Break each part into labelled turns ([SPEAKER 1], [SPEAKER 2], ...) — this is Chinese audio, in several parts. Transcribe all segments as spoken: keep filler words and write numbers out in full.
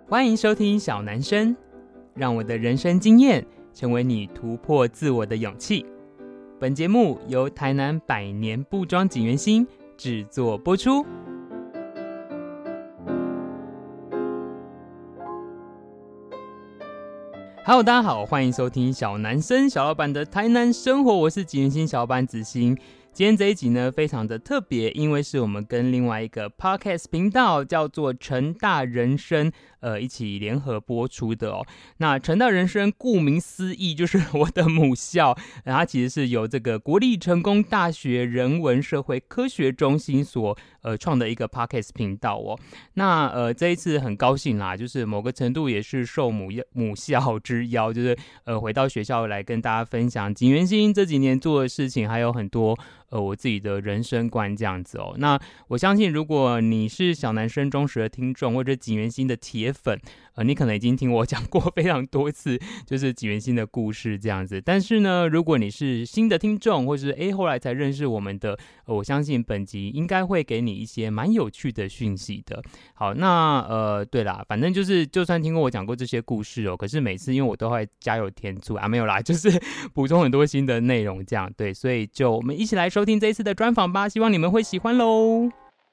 [SPEAKER 1] 欢迎收听小男生，让我的人生经验成为你突破自我的勇气。本节目由台南百年布庄景元星制作播出。Hello， 大家好，欢迎收听小男生小老板的台南生活，我是景元星小老板子欣。今天这一集呢非常的特别，因为是我们跟另外一个 podcast 频道叫做成大人生呃一起联合播出的哦。那成大人生顾名思义就是我的母校，它其实是由这个国立成功大学人文社会科学中心所呃创的一个 podcast 频道哦。那呃这一次很高兴啦，就是某个程度也是受母母校之邀，就是呃回到学校来跟大家分享景元星这几年做的事情，还有很多呃，我自己的人生观这样子哦。那我相信，如果你是小男生忠实的听众，或者景元星的铁粉，呃，你可能已经听我讲过非常多次，就是景元星的故事这样子。但是呢，如果你是新的听众，或是诶后来才认识我们的，呃，我相信本集应该会给你一些蛮有趣的讯息的。好，那呃，对啦，反正就是就算听过我讲过这些故事哦，可是每次因为我都会加油添醋啊，没有啦，就是补充很多新的内容这样。对，所以就我们一起来收听这一次的专访吧，希望你们会喜欢咯。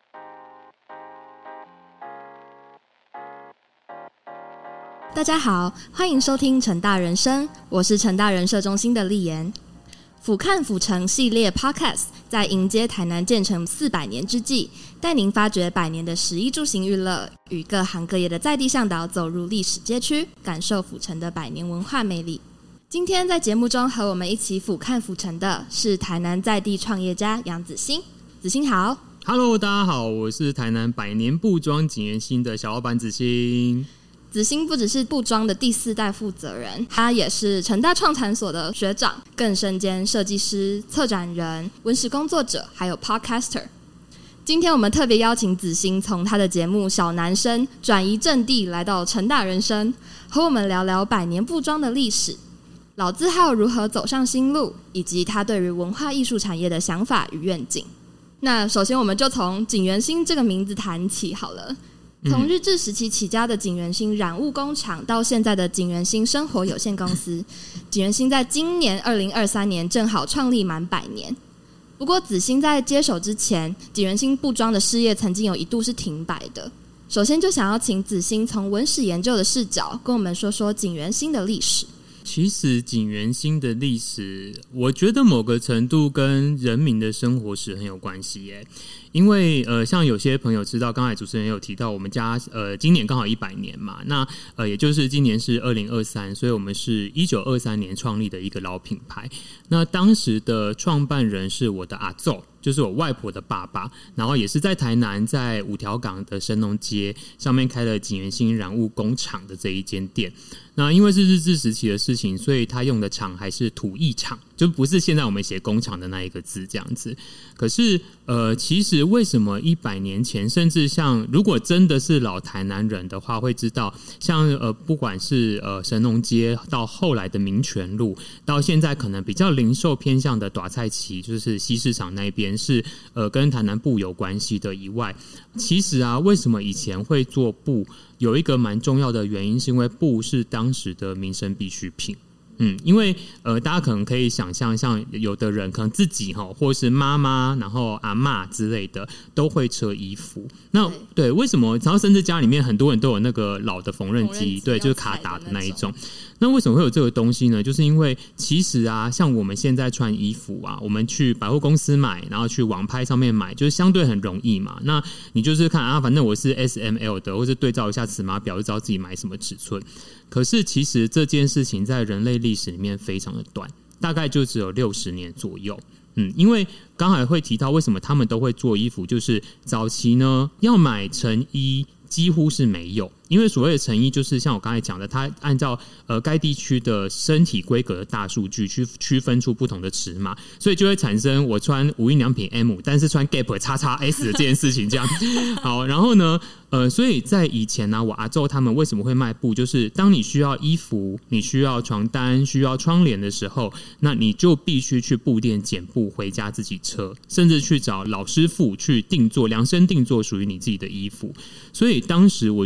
[SPEAKER 2] 大家好，欢迎收听成大人生，我是成大人社中心的丽妍。俯瞰府城系列 Podcast 在迎接台南建成四百年之际，带您发掘百年的食衣住行娱乐，与各行各业的在地向导走入历史街区，感受府城的百年文化魅力。今天在节目中和我们一起俯瞰府城的是台南在地创业家杨子欣。子欣好。
[SPEAKER 1] Hello， 大家好，我是台南百年布庄景元星的小老板子欣。
[SPEAKER 2] 子欣不只是布庄的第四代负责人，他也是成大创产所的学长，更身兼设计师、策展人、文史工作者，还有 podcaster。今天我们特别邀请子欣从他的节目小男生转移阵地，来到成大人生，和我们聊聊百年布庄的历史，老字号如何走上新路，以及他对于文化艺术产业的想法与愿景。那首先我们就从景元星这个名字谈起好了。从日治时期起家的景元星染物工厂到现在的景元星生活有限公司，景元星在今年二零二三年正好创立满百年。不过子欣在接手之前，景元星布庄的事业曾经有一度是停摆的。首先就想要请子欣从文史研究的视角跟我们说说景元星的历史。
[SPEAKER 1] 其实景元星的历史，我觉得某个程度跟人民的生活史很有关系耶。因为呃，像有些朋友知道，刚才主持人有提到，我们家呃今年刚好一百年嘛，那呃也就是今年是二零二三，所以我们是一九二三年创立的一个老品牌。那当时的创办人是我的阿祖，就是我外婆的爸爸，然后也是在台南在五条港的神农街上面开了景元星染物工厂的这一间店。那因为是日治时期的事情，所以他用的厂还是土艺厂，就不是现在我们写工厂的那一个字这样子。可是呃，其实为什么一百年前，甚至像如果真的是老台南人的话，会知道像呃，不管是呃神农街到后来的民权路，到现在可能比较零售偏向的大菜市，就是西市场那边是呃跟台南布有关系的以外，其实啊，为什么以前会做布？有一个蛮重要的原因，是因为布是当时的民生必需品。嗯，因为呃，大家可能可以想象，像有的人可能自己哈，或是妈妈，然后阿嬷之类的，都会车衣服。那 对, 对，为什么？然后甚至家里面很多人都有那个老的缝纫机，对，就是卡打的那一种。那为什么会有这个东西呢？就是因为其实啊，像我们现在穿衣服啊，我们去百货公司买，然后去网拍上面买，就是相对很容易嘛。那你就是看啊，反正我是 S M L 的，或是对照一下尺码表，就知道自己买什么尺寸。可是其实这件事情在人类历史里面非常的短，大概就只有六十年左右。嗯，因为刚才会提到为什么他们都会做衣服，就是早期呢要买成衣几乎是没有，因为所谓的成衣就是像我刚才讲的，它按照呃该地区的身体规格的大数据去区分出不同的尺码，所以就会产生我穿无印良品 M， 但是穿 Gap X X S 的这件事情。这样好，然后呢，呃，所以在以前呢、啊，我阿祖他们为什么会卖布，就是当你需要衣服、你需要床单、需要窗帘的时候，那你就必须去布店捡布回家自己车，甚至去找老师傅去定做量身定做属于你自己的衣服。所以当时我觉得布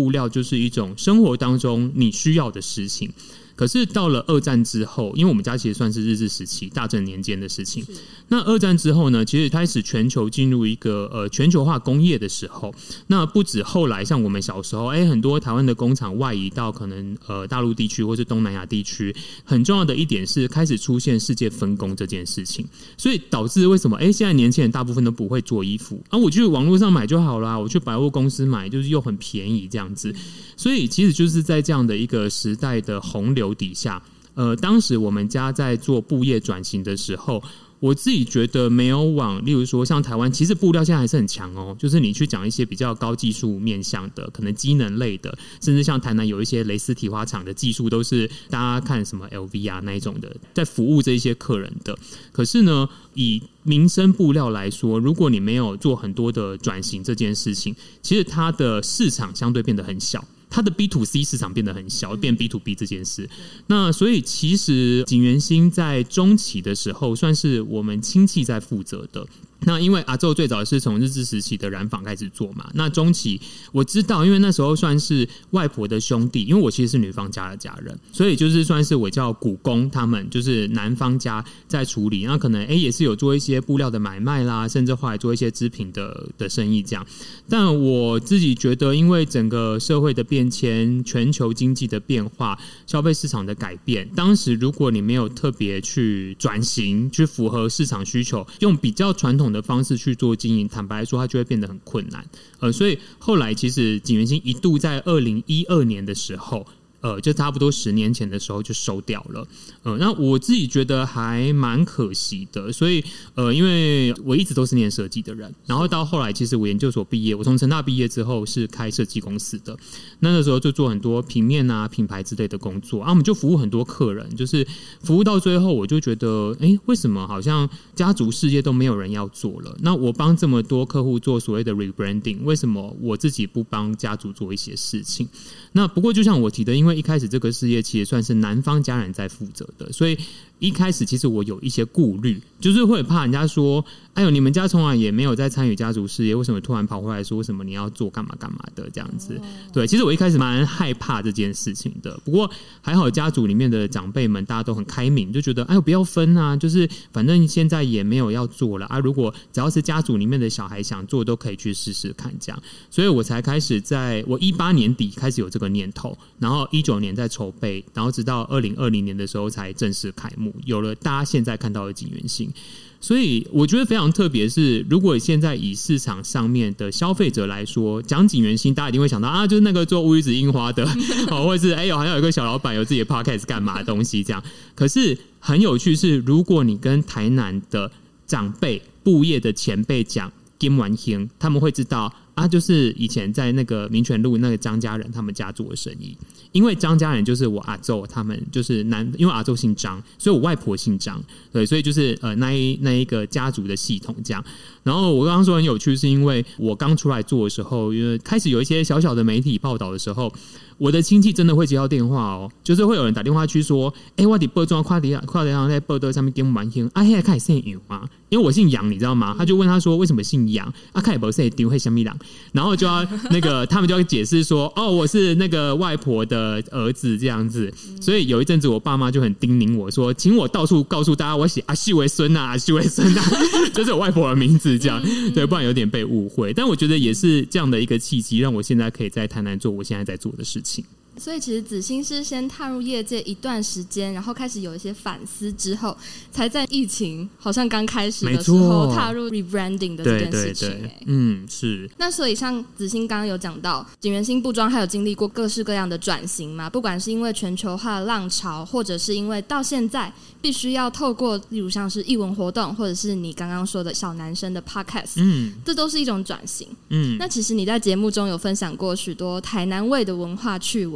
[SPEAKER 1] 布料就是一种生活当中你需要的事情。可是到了二战之后，因为我们家其实算是日治时期大正年间的事情，那二战之后呢，其实开始全球进入一个呃全球化工业的时候，那不止后来像我们小时候，哎，很多台湾的工厂外移到可能呃大陆地区或是东南亚地区，很重要的一点是开始出现世界分工这件事情，所以导致为什么哎现在年轻人大部分都不会做衣服啊，我去网络上买就好啦，我去百货公司买就是又很便宜这样子，所以其实就是在这样的一个时代的洪流底下，呃，当时我们家在做布业转型的时候，我自己觉得没有往，例如说像台湾，其实布料现在还是很强哦。就是你去讲一些比较高技术面向的，可能机能类的，甚至像台南有一些蕾丝提花厂的技术，都是大家看什么 L V 啊那一种的，在服务这一些客人的。可是呢，以民生布料来说，如果你没有做很多的转型这件事情，其实它的市场相对变得很小。它的 B to C 市场变得很小，变 B to B 这件事。那所以其实锦源兴在中期的时候，算是我们亲戚在负责的。那因为阿宙最早是从日治时期的染坊开始做嘛，那中期我知道，因为那时候算是外婆的兄弟，因为我其实是女方家的家人，所以就是算是我叫股公，他们就是男方家在处理。那可能哎、欸、也是有做一些布料的买卖啦，甚至后来做一些织品的的生意这样。但我自己觉得，因为整个社会的变迁、全球经济的变化、消费市场的改变，当时如果你没有特别去转型，去符合市场需求，用比较传统的方式去做经营，坦白来说，它就会变得很困难。呃，所以后来其实锦源兴一度在二零一二年的时候。呃，就差不多十年前的时候就收掉了，呃，那我自己觉得还蛮可惜的，所以呃，因为我一直都是念设计的人，然后到后来其实我研究所毕业，我从成大毕业之后是开设计公司的，那个时候就做很多平面啊、品牌之类的工作啊，我们就服务很多客人，就是服务到最后，我就觉得，哎，为什么好像家族事业都没有人要做了？那我帮这么多客户做所谓的 rebranding， 为什么我自己不帮家族做一些事情？那不过就像我提的，因为一开始这个事业其实算是男方家人在负责的，所以一开始其实我有一些顾虑，就是会怕人家说，哎呦，你们家从来也没有在参与家族事业，为什么突然跑回来说为什么你要做干嘛干嘛的这样子？对，其实我一开始蛮害怕这件事情的，不过还好家族里面的长辈们大家都很开明，就觉得哎呦不要分啊，就是反正现在也没有要做了啊，如果只要是家族里面的小孩想做都可以去试试看这样，所以我才开始在我一八年底开始有这个念头，然后一九年在筹备，然后直到二零二零年的时候才正式开幕，有了大家现在看到的锦源兴。所以我觉得非常特别是，如果现在以市场上面的消费者来说，讲锦源兴，大家一定会想到啊，就是那个做乌鱼子樱花的，哦，或者是哎呦，好像有一个小老板有自己的 podcast 干嘛的东西这样。可是很有趣是，如果你跟台南的长辈、布业的前辈讲金丸兴，他们会知道啊，就是以前在那个民权路那个张家人他们家做的生意，因为张家人就是我阿祖他们就是男，因为阿祖姓张，所以我外婆姓张，对，所以就是呃那一那一个家族的系统这样。然后我刚刚说很有趣，是因为我刚出来做的时候，因为开始有一些小小的媒体报道的时候，我的亲戚真的会接到电话哦，就是会有人打电话去说，哎、欸，我伫报章看到看到在报道上面给我们听，啊，现在开始姓杨啊，因为我姓杨，你知道吗？他就问他说为什么姓杨？啊，开始不是丢会什么人？然后就要那个他们就要解释说，哦，我是那个外婆的儿子这样子。所以有一阵子我爸妈就很叮咛我说，请我到处告诉大家我写阿秀为孙啊，阿秀为孙啊，就是我外婆的名字这样，对，不然有点被误会。但我觉得也是这样的一个契机，让我现在可以在台南做我现在在做的事情。
[SPEAKER 2] 所以其实子兴是先踏入业界一段时间，然后开始有一些反思之后，才在疫情好像刚开始的时候踏入 rebranding 的这件事情。对对对，
[SPEAKER 1] 嗯，是。
[SPEAKER 2] 那所以像子兴刚刚有讲到，锦源兴布庄还有经历过各式各样的转型嘛，不管是因为全球化的浪潮，或者是因为到现在必须要透过例如像是艺文活动，或者是你刚刚说的小男生的 podcast， 嗯，这都是一种转型。嗯，那其实你在节目中有分享过许多台南味的文化趣闻。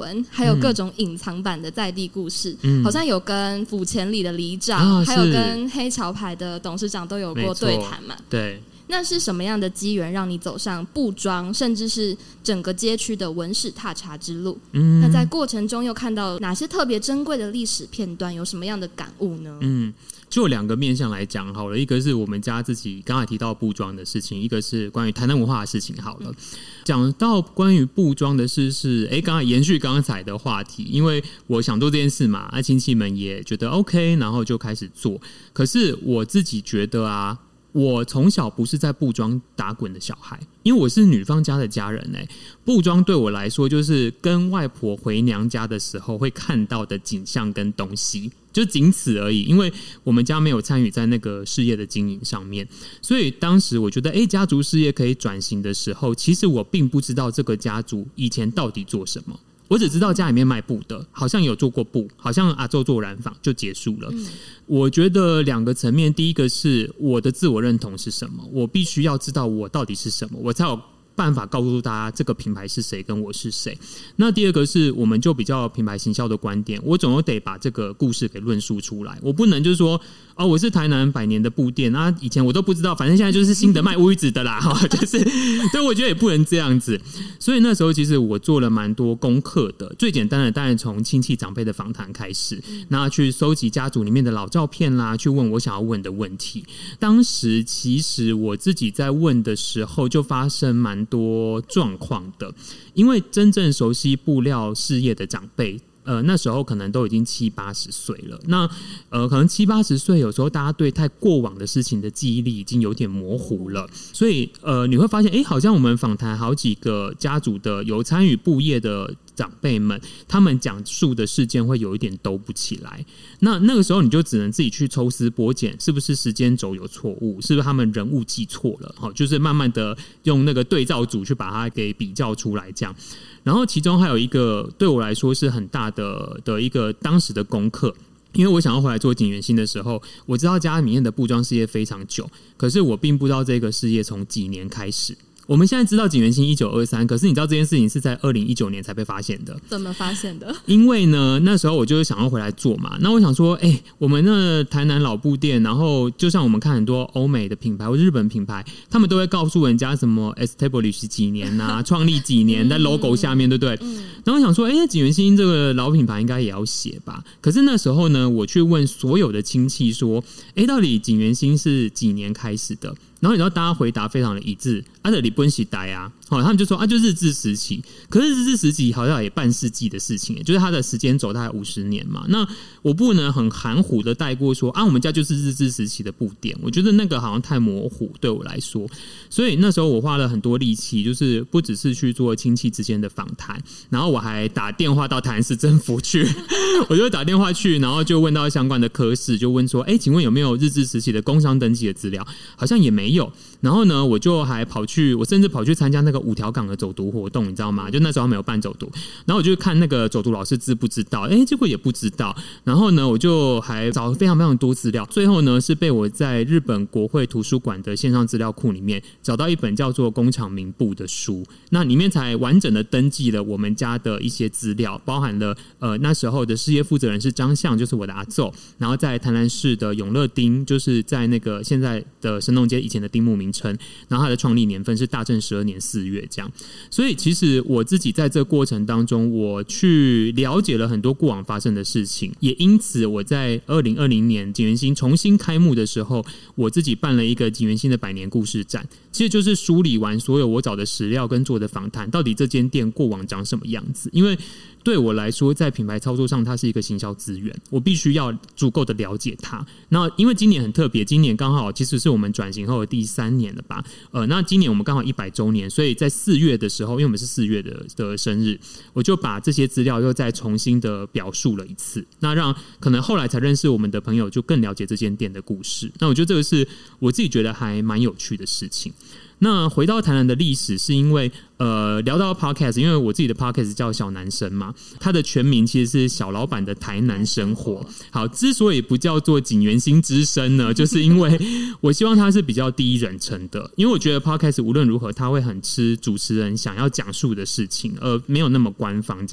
[SPEAKER 2] 闻，还有各种隐藏版的在地故事，
[SPEAKER 1] 嗯、
[SPEAKER 2] 好像有跟府前里的里长、
[SPEAKER 1] 啊、
[SPEAKER 2] 还有跟黑潮牌的董事长都有过对谈嘛。
[SPEAKER 1] 对，
[SPEAKER 2] 那是什么样的机缘让你走上布庄，甚至是整个街区的文史踏查之路？嗯，那在过程中又看到哪些特别珍贵的历史片段？有什么样的感悟呢？嗯。
[SPEAKER 1] 就两个面向来讲好了，一个是我们家自己刚才提到布庄的事情，一个是关于台南文化的事情好了。讲、嗯、到关于布庄的事是，哎，刚才延续刚才的话题，因为我想做这件事嘛，啊，亲戚们也觉得 OK， 然后就开始做。可是我自己觉得啊，我从小不是在布庄打滚的小孩，因为我是女方家的家人哎、欸，布庄对我来说就是跟外婆回娘家的时候会看到的景象跟东西，就仅此而已。因为我们家没有参与在那个事业的经营上面，所以当时我觉得，哎、欸，家族事业可以转型的时候，其实我并不知道这个家族以前到底做什么。我只知道家里面卖布的，好像有做过布，好像阿周做染坊就结束了。嗯、我觉得两个层面，第一个是我的自我认同是什么，我必须要知道我到底是什么，我才有办法告诉大家这个品牌是谁跟我是谁。那第二个是我们就比较品牌行销的观点，我总得把这个故事给论述出来，我不能就是说哦，我是台南百年的布店啊，以前我都不知道，反正现在就是新的卖乌鱼子的啦，就是对，我觉得也不能这样子。所以那时候其实我做了蛮多功课的，最简单的当然从亲戚长辈的访谈开始，那去收集家族里面的老照片啦，去问我想要问的问题。当时其实我自己在问的时候就发生蛮多状况的，因为真正熟悉布料事业的长辈呃，那时候可能都已经七八十岁了。那呃，可能七八十岁，有时候大家对太过往的事情的记忆力已经有点模糊了，所以呃，你会发现，哎，好像我们访谈好几个家族的有参与布业的长辈们，他们讲述的事件会有一点兜不起来。那那个时候你就只能自己去抽丝剥茧，是不是时间轴有错误？是不是他们人物记错了？好，就是慢慢的用那个对照组去把它给比较出来，这样。然后其中还有一个对我来说是很大的的一个当时的功课，因为我想要回来做景元星的时候，我知道家里面的布庄事业非常久，可是我并不知道这个事业从几年开始。我们现在知道景元星一九二三，可是你知道这件事情是在二零一九年才被发现的。
[SPEAKER 2] 怎么发现的？
[SPEAKER 1] 因为呢，那时候我就是想要回来做嘛。那我想说，哎、欸，我们那台南老布店，然后就像我们看很多欧美的品牌或日本品牌，他们都会告诉人家什么 establish 几年啊，创立几年，在 logo 下面，对不对？嗯、然后我想说，哎、欸，景元星这个老品牌应该也要写吧？可是那时候呢，我去问所有的亲戚说，哎、欸，到底景元星是几年开始的？然后你知道大家回答非常的一致，啊，这里不时代啊，好，他们就说啊，就日治时期。可是日治时期好像也半世纪的事情，就是它的时间轴大概五十年嘛。那我不能很含糊的带过说啊，我们家就是日治时期的布店，我觉得那个好像太模糊对我来说。所以那时候我花了很多力气，就是不只是去做亲戚之间的访谈，然后我还打电话到台南市政府去，我就打电话去，然后就问到相关的科室，就问说，哎，请问有没有日治时期的工商登记的资料？好像也没有。然后呢，我就还跑去，我甚至跑去参加那个五条港的走读活动，你知道吗？就那时候他们有办走读，然后我就看那个走读老师知不知道，哎，结果也不知道。然后呢，我就还找了非常非常多资料，最后呢是被我在日本国会图书馆的线上资料库里面找到一本叫做《工厂名簿》的书，那里面才完整的登记了我们家的一些资料，包含了呃那时候的事业负责人是张相，就是我的阿祖，然后在台南市的永乐町，就是在那个现在的神农街以前的丁目名称，然后它的创立年份是大正十二年四月这样。所以其实我自己在这个过程当中，我去了解了很多过往发生的事情，也因此我在二零二零年景元星重新开幕的时候，我自己办了一个景元星的百年故事展，其实就是梳理完所有我找的史料跟做的访谈，到底这间店过往长什么样子。因为对我来说，在品牌操作上，它是一个行销资源，我必须要足够的了解它。那因为今年很特别，今年刚好其实是我们转型后的第三年了吧？呃，那今年我们刚好一百周年，所以在四月的时候，因为我们是四月的的生日，我就把这些资料又再重新的表述了一次，那让可能后来才认识我们的朋友就更了解这间店的故事。那我觉得这个是我自己觉得还蛮有趣的事情。那回到台南的历史，是因为呃聊到 podcast， 因为我自己的 podcast 叫小男生嘛，它的全名其实是小老板的台南生活。好，之所以不叫做景元星之声呢，就是因为我希望它是比较第一人称的，因为我觉得 podcast 无论如何，它会很吃主持人想要讲述的事情，而没有那么官方这样。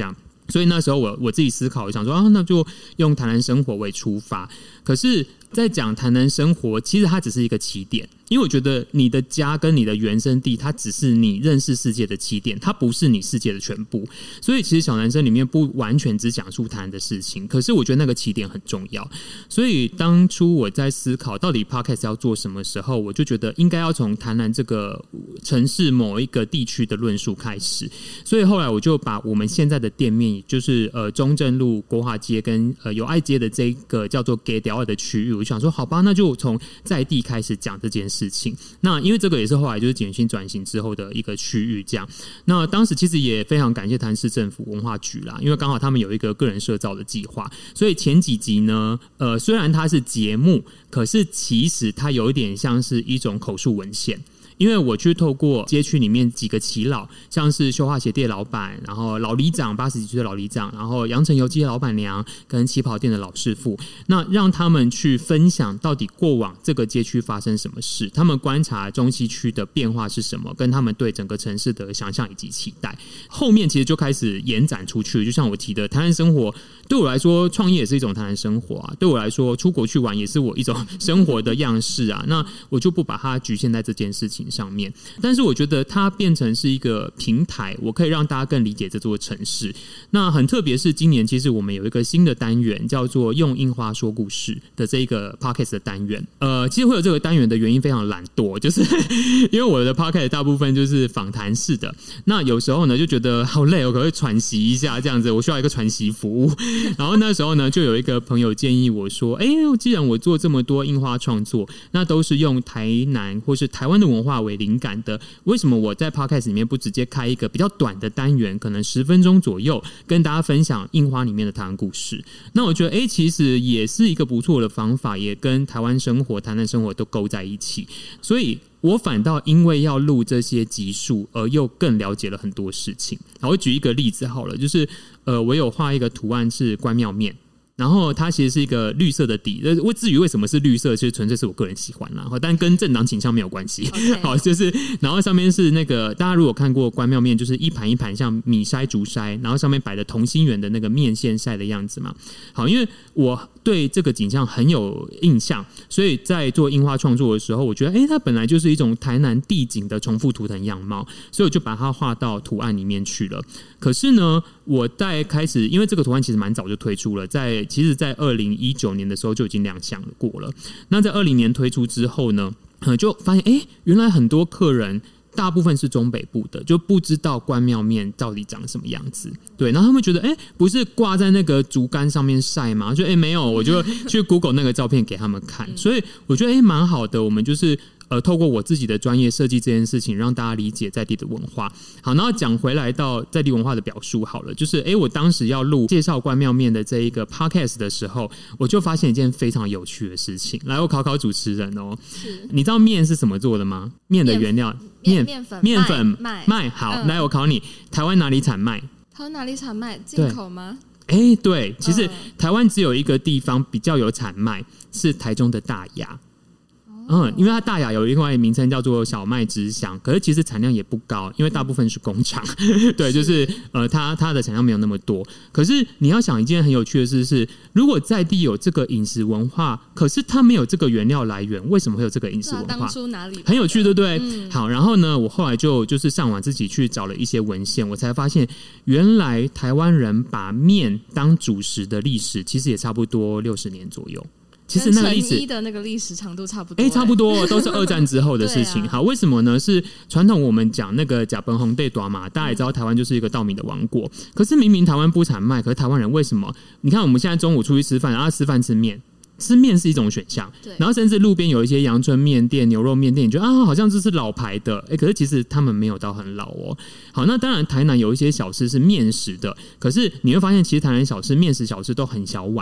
[SPEAKER 1] 所以那时候我我自己思考，我想说啊，那就用台南生活为出发。可是，在讲台南生活，其实它只是一个起点，因为我觉得你的家跟你的原生地，它只是你认识世界的起点，它不是你世界的全部。所以，其实小男生里面不完全只讲述台南的事情，可是我觉得那个起点很重要。所以，当初我在思考到底 Podcast 要做什么时候，我就觉得应该要从台南这个城市某一个地区的论述开始。所以后来我就把我们现在的店面，就是呃中正路、国华街跟呃友爱街的这个叫做给屌的区域，我就想说，好吧，那就从在地开始讲这件事情。那因为这个也是后来就是简讯转型之后的一个区域，这样。那当时其实也非常感谢台南市政府文化局啦，因为刚好他们有一个个人社造的计划，所以前几集呢，呃，虽然它是节目，可是其实它有一点像是一种口述文献。因为我去透过街区里面几个耆老，像是绣花鞋店老板，然后老里长八十几岁的老里长，然后阳城油鸡的老板娘跟起跑店的老师傅，那让他们去分享到底过往这个街区发生什么事，他们观察中西区的变化是什么，跟他们对整个城市的想象以及期待。后面其实就开始延展出去，就像我提的，台南生活对我来说，创业也是一种台南生活啊；对我来说，出国去玩也是我一种生活的样式啊。那我就不把它局限在这件事情上面，但是我觉得它变成是一个平台，我可以让大家更理解这座城市。那很特别是今年其实我们有一个新的单元叫做用樱花说故事的这一个 podcast 的单元。呃，其实会有这个单元的原因非常懒惰，就是因为我的 podcast 大部分就是访谈式的，那有时候呢就觉得好累，我可不可以喘息一下这样子，我需要一个喘息服务。然后那时候呢就有一个朋友建议我说，哎，既然我做这么多樱花创作，那都是用台南或是台湾的文化为灵感的，为什么我在 podcast 里面不直接开一个比较短的单元，可能十分钟左右，跟大家分享樱花里面的台湾故事？那我觉得，哎，其实也是一个不错的方法，也跟台湾生活、台南生活都勾在一起。所以我反倒因为要录这些集数，而又更了解了很多事情。好，我举一个例子好了，就是呃，我有画一个图案是关庙面。然后它其实是一个绿色的底，至于为什么是绿色，其实纯粹是我个人喜欢啦，但跟政党倾向没有关系。Okay. 好，就是然后上面是那个大家如果看过关庙面，就是一盘一盘像米筛、竹筛，然后上面摆的同心圆的那个面线晒的样子嘛。好，因为我对这个景象很有印象，所以在做樱花创作的时候，我觉得哎，它本来就是一种台南地景的重复图腾样貌，所以我就把它画到图案里面去了。可是呢，我在开始，因为这个图案其实蛮早就推出了，在其实在二零一九年的时候就已经亮相过了。那在二零年推出之后呢，就发现哎，原来很多客人大部分是中北部的，就不知道关庙面到底长什么样子。对，然后他们觉得哎，不是挂在那个竹竿上面晒吗？就哎没有，我就去 Google 那个照片给他们看。所以我觉得哎蛮好的，我们就是呃，透过我自己的专业设计这件事情，让大家理解在地的文化。好，然后讲回来到在地文化的表述好了，就是哎，我当时要录介绍关庙面的这一个 podcast 的时候，我就发现一件非常有趣的事情。来，我考考主持人哦，你知道面是什么做的吗？面的原料，
[SPEAKER 2] 面面粉、
[SPEAKER 1] 面粉、
[SPEAKER 2] 麦。
[SPEAKER 1] 麦好、嗯，来，我考你，台湾哪里产麦？台
[SPEAKER 2] 湾哪里产麦？进口吗？
[SPEAKER 1] 哎，对，其实、嗯、台湾只有一个地方比较有产麦，是台中的大雅。嗯，因为它大雅有另外一个名称叫做小麦之乡，可是其实产量也不高，因为大部分是工厂，对，就是呃，它它的产量没有那么多。可是你要想一件很有趣的事是，如果在地有这个饮食文化，可是它没有这个原料来源，为什么会有这个饮食文化？
[SPEAKER 2] 当初哪里很
[SPEAKER 1] 有趣，对不对？嗯、好，然后呢，我后来就就是上网自己去找了一些文献，我才发现原来台湾人把面当主食的历史，其实也差不多六十年左右。其实那个历史
[SPEAKER 2] 成衣的那个历史长度差不多、欸，
[SPEAKER 1] 哎、欸，差不多都是二战之后的事情。啊、好，为什么呢？是传统我们讲那个甲本红对短嘛，大家也知道台湾就是一个稻米的王国。可是明明台湾不产麦，可是台湾人为什么？你看我们现在中午出去吃饭，然后吃饭吃面，吃面是一种选项。然后甚至路边有一些阳春面店、牛肉面店，你觉得啊，好像这是老牌的，哎、欸，可是其实他们没有到很老哦。好，那当然台南有一些小吃是面食的，可是你会发现，其实台南小吃、面食小吃都很小碗。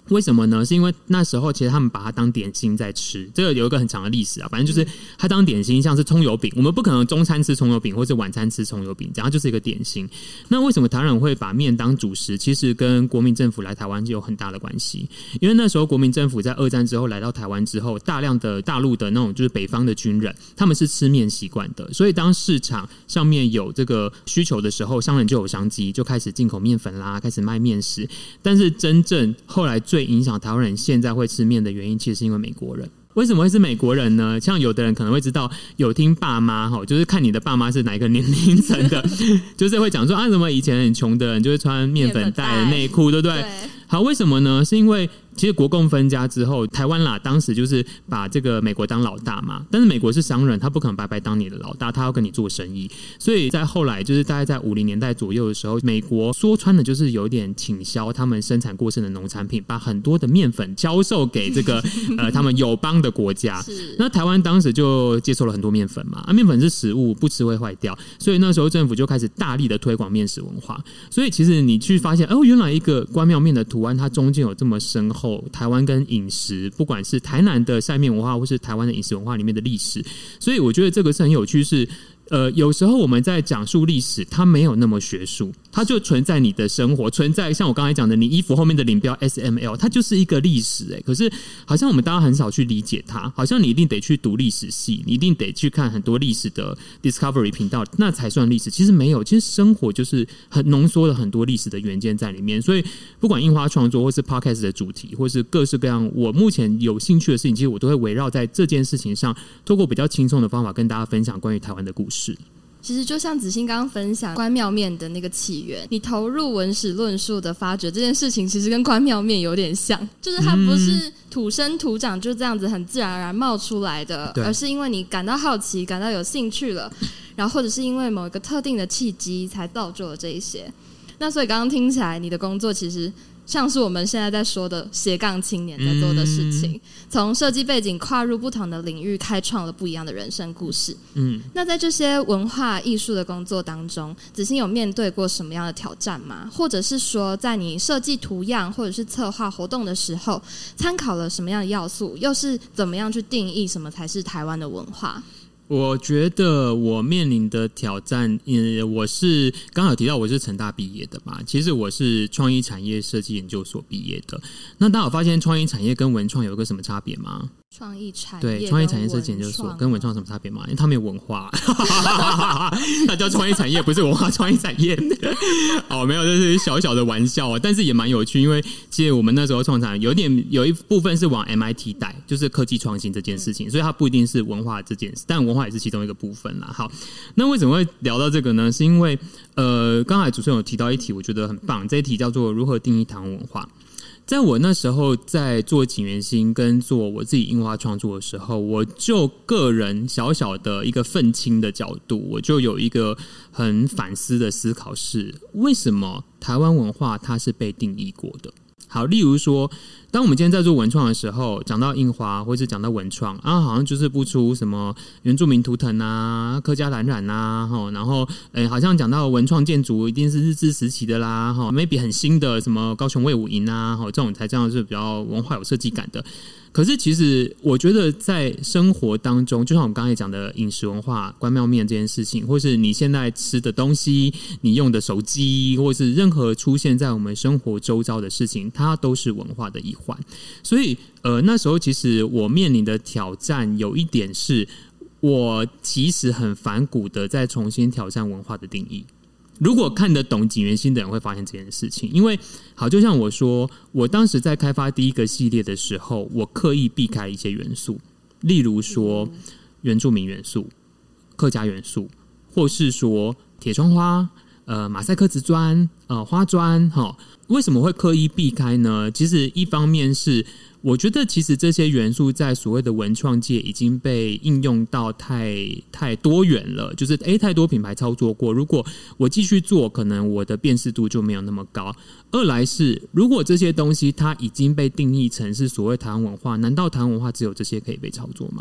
[SPEAKER 1] 为什么呢？是因为那时候其实他们把它当点心在吃，这个有一个很长的历史啊。反正就是它当点心，像是葱油饼，我们不可能中餐吃葱油饼或者晚餐吃葱油饼，这样就是一个点心。那为什么台湾人会把面当主食？其实跟国民政府来台湾就有很大的关系。因为那时候国民政府在二战之后来到台湾之后，大量的大陆的那种就是北方的军人，他们是吃面习惯的，所以当市场上面有这个需求的时候，商人就有商机，就开始进口面粉啦，开始卖面食。但是真正后来最影响台湾人现在会吃面的原因，其实是因为美国人。为什么会是美国人呢？像有的人可能会知道，有听爸妈就是看你的爸妈是哪一个年龄层的，就是会讲说啊，什么以前很穷的人就会穿面粉袋的内裤，对不对？对。好，为什么呢？是因为其实国共分家之后，台湾啦，当时就是把这个美国当老大嘛。但是美国是商人，他不可能白白当你的老大，他要跟你做生意。所以在后来，就是大概在五零年代左右的时候，美国说穿的就是有点倾销他们生产过剩的农产品，把很多的面粉销售给这个呃他们友邦的国家。那台湾当时就接受了很多面粉嘛，啊，面粉是食物，不吃会坏掉，所以那时候政府就开始大力的推广面食文化。所以其实你去发现，哦，原来一个关庙面的图案，它中间有这么深厚台湾跟饮食，不管是台南的晒面文化，或是台湾的饮食文化里面的历史。所以我觉得这个是很有趣，是呃，有时候我们在讲述历史，它没有那么学术，它就存在你的生活，存在像我刚才讲的，你衣服后面的领标 S M L， 它就是一个历史哎、欸。可是好像我们大家很少去理解它，好像你一定得去读历史系，你一定得去看很多历史的 Discovery 频道，那才算历史。其实没有，其实生活就是很浓缩了很多历史的元件在里面。所以不管印花创作，或是 Podcast 的主题，或是各式各样我目前有兴趣的事情，其实我都会围绕在这件事情上，透过比较轻松的方法跟大家分享关于台湾的故事。
[SPEAKER 2] 其实就像子欣刚刚分享关庙面的那个起源，你投入文史论述的发掘这件事情，其实跟关庙面有点像，就是它不是土生土长就这样子很自然而然冒出来的，而是因为你感到好奇，感到有兴趣了，然后或者是因为某一个特定的契机才造就了这一些。那所以刚刚听起来，你的工作其实像是我们现在在说的斜杠青年在做的事情，从设计背景跨入不同的领域，开创了不一样的人生故事。嗯，那在这些文化艺术的工作当中，子欣有面对过什么样的挑战吗？或者是说，在你设计图样或者是策划活动的时候，参考了什么样的要素？又是怎么样去定义什么才是台湾的文化？
[SPEAKER 1] 我觉得我面临的挑战，嗯，我是刚好提到我是成大毕业的嘛，其实我是创意产业设计研究所毕业的。那大家有发现创意产业跟文创有一个什么差别吗？
[SPEAKER 2] 创意产业
[SPEAKER 1] 对创意产业设计研究所跟文创有什么差别吗？因为他们有文化，那叫创意产业，不是文化创意产业。哦，没有，这是小小的玩笑啊，但是也蛮有趣，因为其实我们那时候创产有点有一部分是往 M I T 带，就是科技创新这件事情，所以它不一定是文化这件事，但文化也是其中一个部分啦。好，那为什么会聊到这个呢？是因为呃，刚才主持人有提到一题，我觉得很棒，这一题叫做如何定义台湾文化。在我那时候在做景元星跟做我自己印花创作的时候，我就个人小小的一个愤青的角度，我就有一个很反思的思考是，为什么台湾文化它是被定义过的？好，例如说，当我们今天在做文创的时候，讲到印花或是讲到文创啊，好像就是不出什么原住民图腾啊、客家蓝染啊，然后诶，好像讲到文创建筑一定是日治时期的啦，maybe 很新的什么高雄卫武营啊，这种才这样是比较文化有设计感的。可是其实我觉得在生活当中，就像我们刚才讲的饮食文化、关庙面这件事情，或是你现在吃的东西、你用的手机，或是任何出现在我们生活周遭的事情，它都是文化的一环。所以呃，那时候其实我面临的挑战有一点是，我其实很反骨的在重新挑战文化的定义。如果看得懂景元星的人会发现这件事情，因为好，就像我说，我当时在开发第一个系列的时候，我刻意避开一些元素，例如说原住民元素、客家元素，或是说铁窗花、呃马赛克瓷砖、呃花砖，哈，为什么会刻意避开呢？其实一方面是我觉得其实这些元素在所谓的文创界已经被应用到太太多元了，就是诶太多品牌操作过，如果我继续做，可能我的辨识度就没有那么高。二来是如果这些东西它已经被定义成是所谓台湾文化，难道台湾文化只有这些可以被操作吗？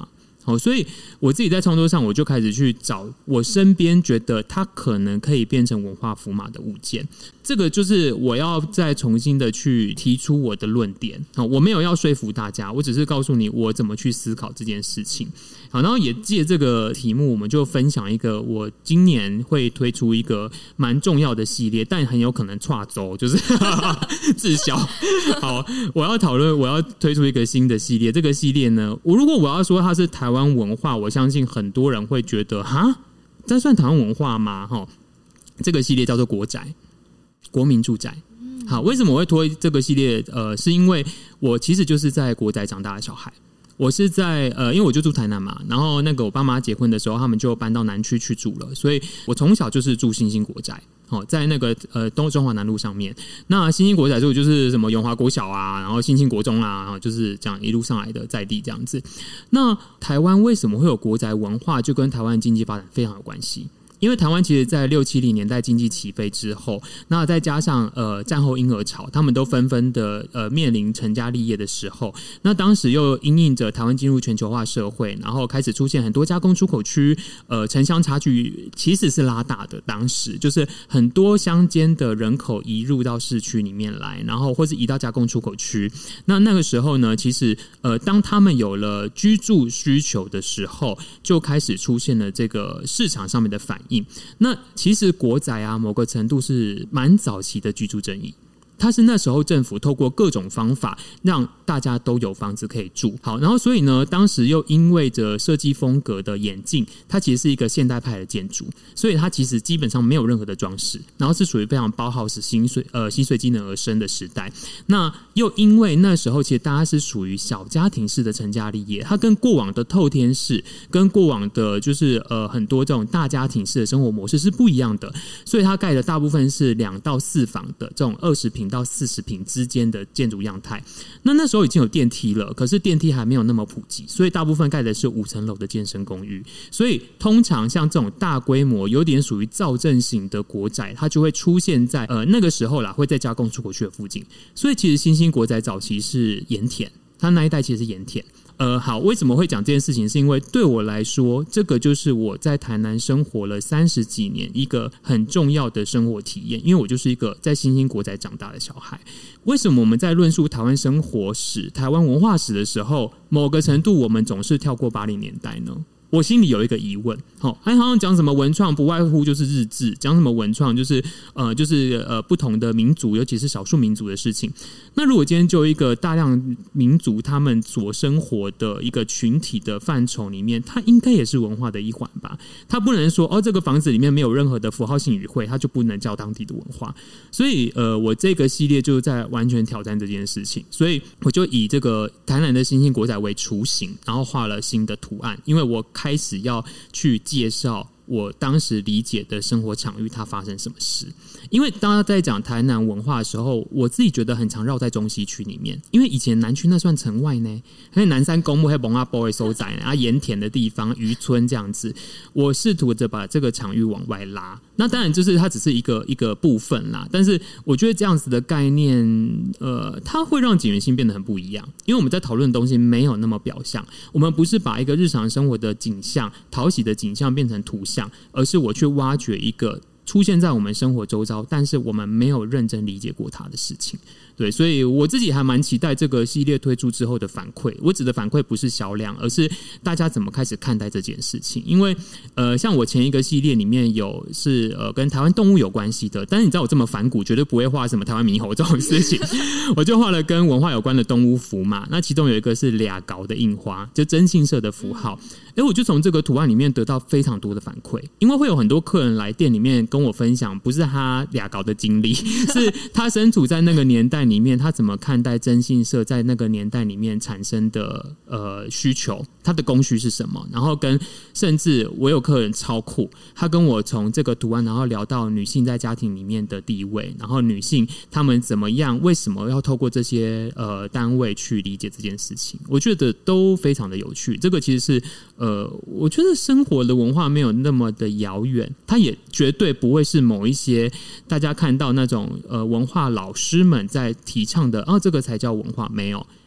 [SPEAKER 1] 好，所以我自己在创作上，我就开始去找我身边觉得它可能可以变成文化符码的物件。这个就是我要再重新的去提出我的论点。好，我没有要说服大家，我只是告诉你我怎么去思考这件事情。好，然后也借这个题目，我们就分享一个我今年会推出一个蛮重要的系列，但很有可能跨周，就是滞销。好，我要讨论，我要推出一个新的系列。这个系列呢，我如果我要说它是台湾文化，我相信很多人会觉得，哈，这算台湾文化吗？哈，这个系列叫做国宅，国民住宅。好，为什么我会推这个系列？呃，是因为我其实就是在国宅长大的小孩。我是在呃，因为我就住台南嘛，然后那个我爸妈结婚的时候，他们就搬到南区去住了，所以我从小就是住新兴国宅，哦，在那个呃东中华南路上面。那新兴国宅住就是什么永华国小啊，然后新兴国中啊，然后就是这样一路上来的在地这样子。那台湾为什么会有国宅文化，就跟台湾经济发展非常有关系。因为台湾其实在六七零年代经济起飞之后，那再加上呃战后婴儿潮，他们都纷纷的呃面临成家立业的时候，那当时又因应着台湾进入全球化社会，然后开始出现很多加工出口区，呃城乡差距其实是拉大的。当时就是很多乡间的人口移入到市区里面来，然后或是移到加工出口区。那那个时候呢，其实呃当他们有了居住需求的时候，就开始出现了这个市场上面的反应。那其实国宅啊，某个程度是蛮早期的居住正义。它是那时候政府透过各种方法让大家都有房子可以住。好，然后所以呢，当时又因为着设计风格的演进，它其实是一个现代派的建筑，所以它其实基本上没有任何的装饰，然后是属于非常包豪斯心碎呃心碎机能而生的时代。那又因为那时候其实大家是属于小家庭式的成家立业，它跟过往的透天式，跟过往的就是呃很多这种大家庭式的生活模式是不一样的，所以它盖的大部分是两到四房的这种二十平到四十平之间的建筑样态。那那时候已经有电梯了，可是电梯还没有那么普及，所以大部分盖的是五层楼的健身公寓。所以通常像这种大规模有点属于造镇型的国宅，它就会出现在呃那个时候啦，会在加工出口区的附近。所以其实新兴国宅早期是盐田，它那一带其实是盐田。呃，好，为什么会讲这件事情？是因为对我来说，这个就是我在台南生活了三十几年一个很重要的生活体验。因为我就是一个在新兴国宅长大的小孩。为什么我们在论述台湾生活史、台湾文化史的时候，某个程度我们总是跳过八零年代呢？我心里有一个疑问，好，还好像讲什么文创，不外乎就是日治；讲什么文创，就是呃，就是呃，不同的民族，尤其是少数民族的事情。那如果今天就一个大量民族他们所生活的一个群体的范畴里面，它应该也是文化的一环吧？它不能说哦，这个房子里面没有任何的符号性语汇，它就不能叫当地的文化。所以呃，我这个系列就在完全挑战这件事情，所以我就以这个台南的新兴国宅为雏形，然后画了新的图案，因为我开始要去介绍我当时理解的生活场域它发生什么事。因为大家在讲台南文化的时候，我自己觉得很常绕在中西区里面，因为以前南区那算城外呢，还有南山公墓还有蒙阿波的收窄啊，盐田的地方渔村这样子，我试图着把这个场域往外拉。那当然就是它只是一个一个部分啦，但是我觉得这样子的概念呃，它会让景元性变得很不一样。因为我们在讨论的东西没有那么表象，我们不是把一个日常生活的景象讨喜的景象变成图像，而是我去挖掘一个出现在我们生活周遭，但是我们没有认真理解过它的事情。对，所以我自己还蛮期待这个系列推出之后的反馈。我指的反馈不是销量，而是大家怎么开始看待这件事情。因为呃，像我前一个系列里面有是呃跟台湾动物有关系的，但是你知道我这么反骨，绝对不会画什么台湾猕猴这种事情，我就画了跟文化有关的动物符嘛。那其中有一个是俩高的印花，就征信社的符号。哎，我就从这个图案里面得到非常多的反馈，因为会有很多客人来店里面跟我分享，不是他俩高的经历，是他身处在那个年代里面，他怎么看待征信社在那个年代里面产生的呃需求，它的供需是什么，然后跟甚至我有客人超酷，他跟我从这个图案然后聊到女性在家庭里面的地位，然后女性他们怎么样，为什么要透过这些呃单位去理解这件事情，我觉得都非常的有趣。这个其实是呃，我觉得生活的文化没有那么的遥远，它也绝对不会是某一些大家看到那种呃文化老师们在提倡的，哦，这个才叫文化，没有。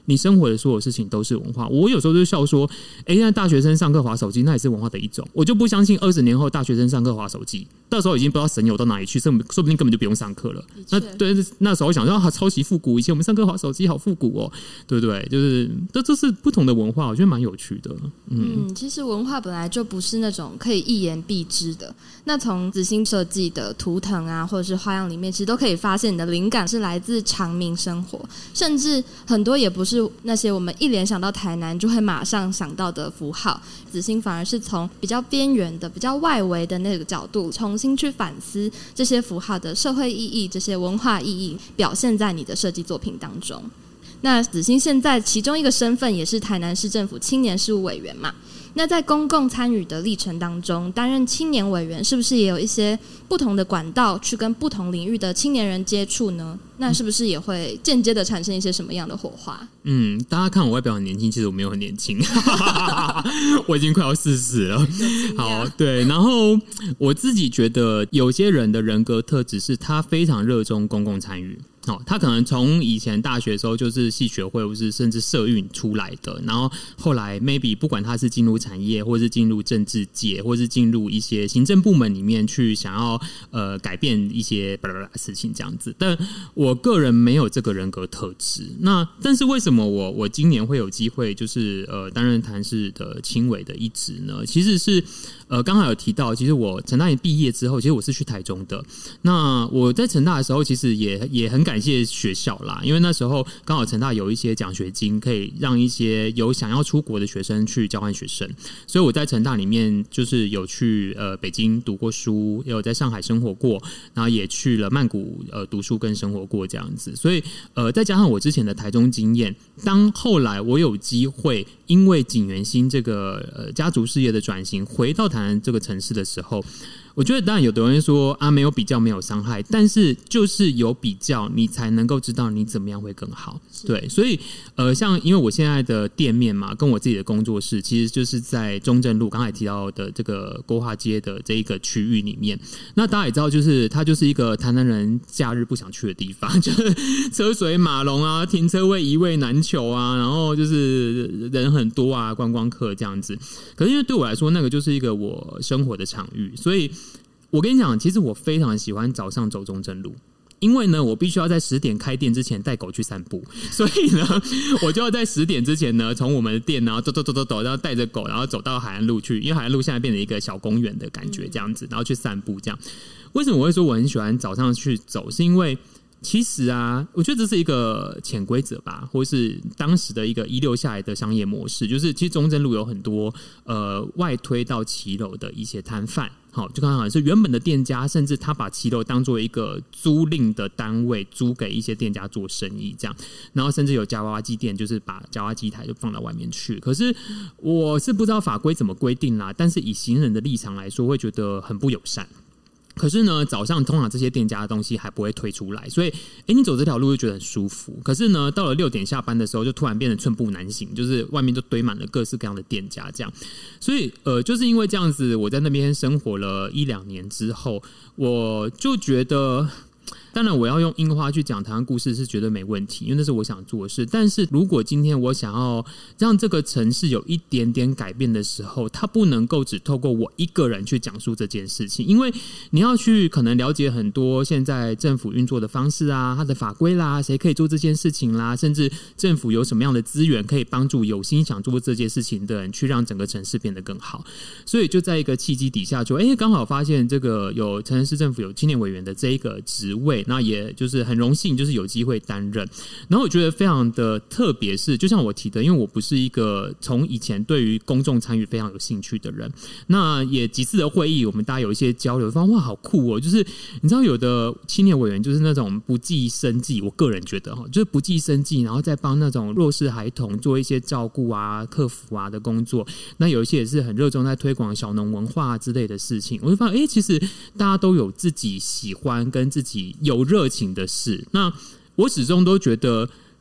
[SPEAKER 1] 你生活的所有事情都是文化。我有时候就笑说，哎，现在大学生上课滑手机，那也是文化的一种。我就不相信二十年后大学生上课滑手机，到时候已经不知道神游到哪里去，说不定根本就不用上课了。那对，那时候想说啊，抄袭复古，以前我们上课滑手机好复古哦，对不对？就是这这是不同的文化，我觉得蛮有趣的。
[SPEAKER 2] 嗯，嗯其实文化本来就不是那种可以一言蔽之的。那从子欣设计的图腾啊，或者是花样里面，其实都可以发现你的灵感是来自常民生活，甚至很多也不是那些我们一联想到台南就会马上想到的符号。子欣反而是从比较边缘的、比较外围的那个角度，重新去反思这些符号的社会意义、这些文化意义，表现在你的设计作品当中。那子欣现在其中一个身份也是台南市政府青年事务委员嘛。那在公共参与的历程当中，担任青年委员是不是也有一些不同的管道去跟不同领域的青年人接触呢？那是不是也会间接的产生一些什么样的火花？
[SPEAKER 1] 嗯，大家看我外表很年轻，其实我没有很年轻，我已经快要四十了。好，对，然后我自己觉得有些人的人格特质是他非常热衷公共参与。哦，他可能从以前大学的时候就是系学会或是甚至社运出来的，然后后来 maybe 不管他是进入产业或是进入政治界或是进入一些行政部门里面去想要呃改变一些巴拉巴拉事情这样子，但我个人没有这个人格特质。那但是为什么我我今年会有机会就是呃担任台南市的青委的一职呢？其实是呃刚才有提到，其实我成大毕业之后，其实我是去台中的。那我在成大的时候，其实也也很感谢学校啦，因为那时候刚好成大有一些奖学金，可以让一些有想要出国的学生去交换学生，所以我在成大里面就是有去呃北京读过书，也有在上海生活过，然后也去了曼谷呃读书跟生活过这样子，所以呃再加上我之前的台中经验，当后来我有机会因为景元兴这个呃家族事业的转型回到台南这个城市的时候，我觉得当然有的人说啊，没有比较没有伤害，但是就是有比较你才能够知道你怎么样会更好。对，所以呃，像因为我现在的店面嘛，跟我自己的工作室其实就是在中正路刚才提到的这个国华街的这一个区域里面。那大家也知道，就是它就是一个台南人假日不想去的地方，就是车水马龙啊，停车位一位难求啊，然后就是人很多啊，观光客这样子。可是因为对我来说，那个就是一个我生活的场域，所以我跟你讲，其实我非常喜欢早上走中正路，因为呢，我必须要在十点开店之前带狗去散步，所以呢，我就要在十点之前呢，从我们的店然后走走走走走，然后带着狗，然后走到海岸路去，因为海岸路现在变成一个小公园的感觉，这样子，然后去散步这样。为什么我会说我很喜欢早上去走？是因为其实啊，我觉得这是一个潜规则吧，或是当时的一个遗留下来的商业模式，就是其实中正路有很多呃外推到骑楼的一些摊贩。好，就刚好是原本的店家，甚至他把骑楼当作一个租赁的单位，租给一些店家做生意，这样，然后甚至有夹娃娃机店，就是把夹娃娃机台就放到外面去。可是我是不知道法规怎么规定啦，但是以行人的立场来说，会觉得很不友善。可是呢，早上通常这些店家的东西还不会推出来，所以，哎，你走这条路就觉得很舒服。可是呢，到了六点下班的时候，就突然变得寸步难行，就是外面就堆满了各式各样的店家，这样。所以，呃，就是因为这样子，我在那边生活了一两年之后，我就觉得。当然我要用樱花去讲台湾故事是绝对没问题，因为那是我想做的事。但是如果今天我想要让这个城市有一点点改变的时候，它不能够只透过我一个人去讲述这件事情，因为你要去可能了解很多现在政府运作的方式啊，它的法规啦，谁可以做这件事情啦，甚至政府有什么样的资源可以帮助有心想做这件事情的人去让整个城市变得更好。所以就在一个契机底下就，就哎刚好发现这个有台南市政府有青年委员的这一个职位，那也就是很荣幸就是有机会担任。然后我觉得非常的特别是，就像我提的，因为我不是一个从以前对于公众参与非常有兴趣的人，那也几次的会议我们大家有一些交流，发现哇好酷哦，就是你知道有的青年委员就是那种不计生计，我个人觉得就是不计生计，然后再帮那种弱势孩童做一些照顾啊客服啊的工作，那有一些也是很热衷在推广小农文化之类的事情。我就发现哎，其实大家都有自己喜欢跟自己有热情的事，那我始终都觉得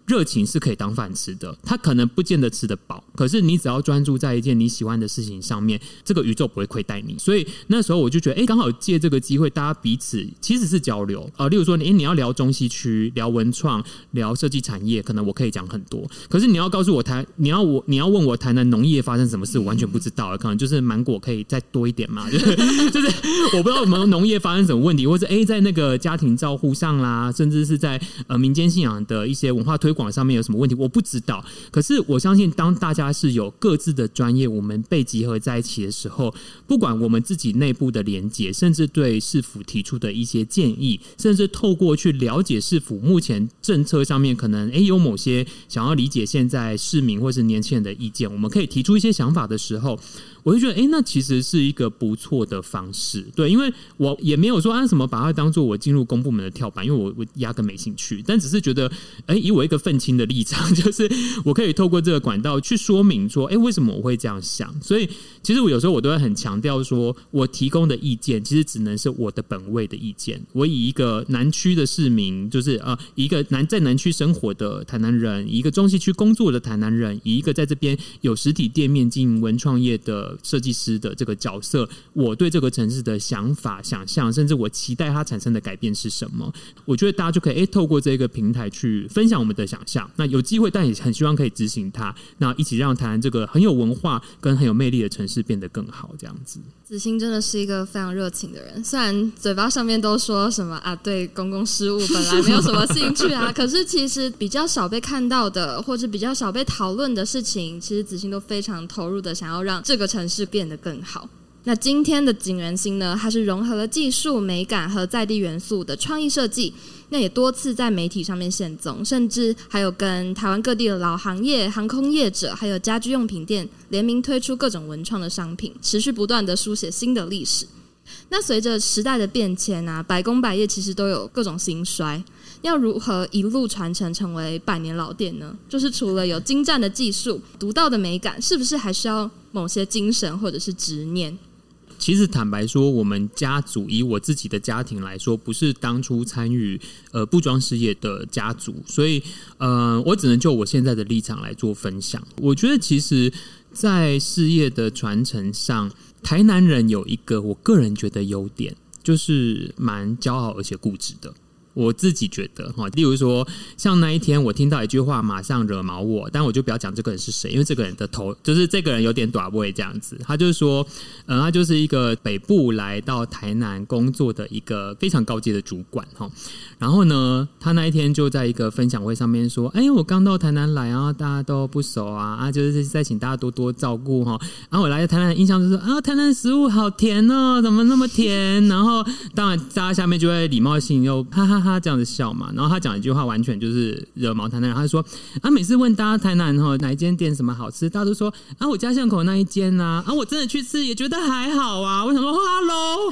[SPEAKER 1] 热情是可以当饭吃的，他可能不见得吃得饱，可是你只要专注在一件你喜欢的事情上面，这个宇宙不会亏待你。所以那时候我就觉得，哎，刚好借这个机会，大家彼此其实是交流啊、呃。例如说，哎，你要聊中西区，聊文创，聊设计产业，可能我可以讲很多。可是你要告诉我台，你要我你要问我台南农业发生什么事，我完全不知道，可能就是芒果可以再多一点嘛，就是就是我不知道我们农业发生什么问题，或者哎，在那个家庭照护上啦，甚至是在呃民间信仰的一些文化推广上面有什么问题，我不知道。可是我相信，当大家是有各自的专业，我们被集合在一起的时候，不管我们自己内部的连结，甚至对市府提出的一些建议，甚至透过去了解市府目前政策上面可能诶有某些想要理解现在市民或是年轻人的意见，我们可以提出一些想法的时候，我就觉得诶那其实是一个不错的方式。对，因为我也没有说啊什么把它当做我进入公部门的跳板，因为我我压根没兴趣，但只是觉得诶以我一个愤青的立场，就是我可以透过这个管道去说明说，哎，为什么我会这样想？所以其实我有时候我都会很强调说，我提供的意见其实只能是我的本位的意见。我以一个南区的市民，就是呃，一个南在南区生活的台南人，以一个中西区工作的台南人，以一个在这边有实体店面经营文创业的设计师的这个角色，我对这个城市的想法、想象，甚至我期待它产生的改变是什么？我觉得大家就可以哎，透过这个平台去分享我们的想象。那有机会，但也很希望可以执行它，那一起让台南这个很有文化跟很有魅力的城市变得更好，这样子。
[SPEAKER 2] 子兴真的是一个非常热情的人，虽然嘴巴上面都说什么啊，对公共事务本来没有什么兴趣啊，可是其实比较少被看到的，或者比较少被讨论的事情，其实子兴都非常投入的想要让这个城市变得更好。那今天的景人心呢，它是融合了技术、美感和在地元素的创意设计，那也多次在媒体上面现踪，甚至还有跟台湾各地的老行业、航空业者还有家居用品店联名推出各种文创的商品，持续不断的书写新的历史。那随着时代的变迁啊，百工百业其实都有各种兴衰，要如何一路传承成为百年老店呢？就是除了有精湛的技术、独到的美感，是不是还需要某些精神或者是执念？
[SPEAKER 1] 其实坦白说，我们家族以我自己的家庭来说，不是当初参与呃布庄事业的家族，所以呃，我只能就我现在的立场来做分享。我觉得其实，在事业的传承上，台南人有一个我个人觉得优点，就是蛮骄傲而且固执的。我自己觉得哈，例如说，像那一天我听到一句话，马上惹毛我，但我就不要讲这个人是谁，因为这个人的头就是这个人有点短位这样子。他就是说，呃，他就是一个北部来到台南工作的一个非常高阶的主管哈。然后呢，他那一天就在一个分享会上面说：“哎，我刚到台南来啊，大家都不熟啊，啊，就是在请大家多多照顾哈。然后我来台南的印象就是啊，台南食物好甜哦，怎么那么甜？然后当然大家下面就会礼貌性又哈哈哈。”他这样子笑嘛，然后他讲一句话完全就是惹毛台南人。他就说啊，每次问大家台南哪一间店什么好吃，大家都说啊，我家巷口那一间啊，啊，我真的去吃也觉得还好啊。我想说 ，Hello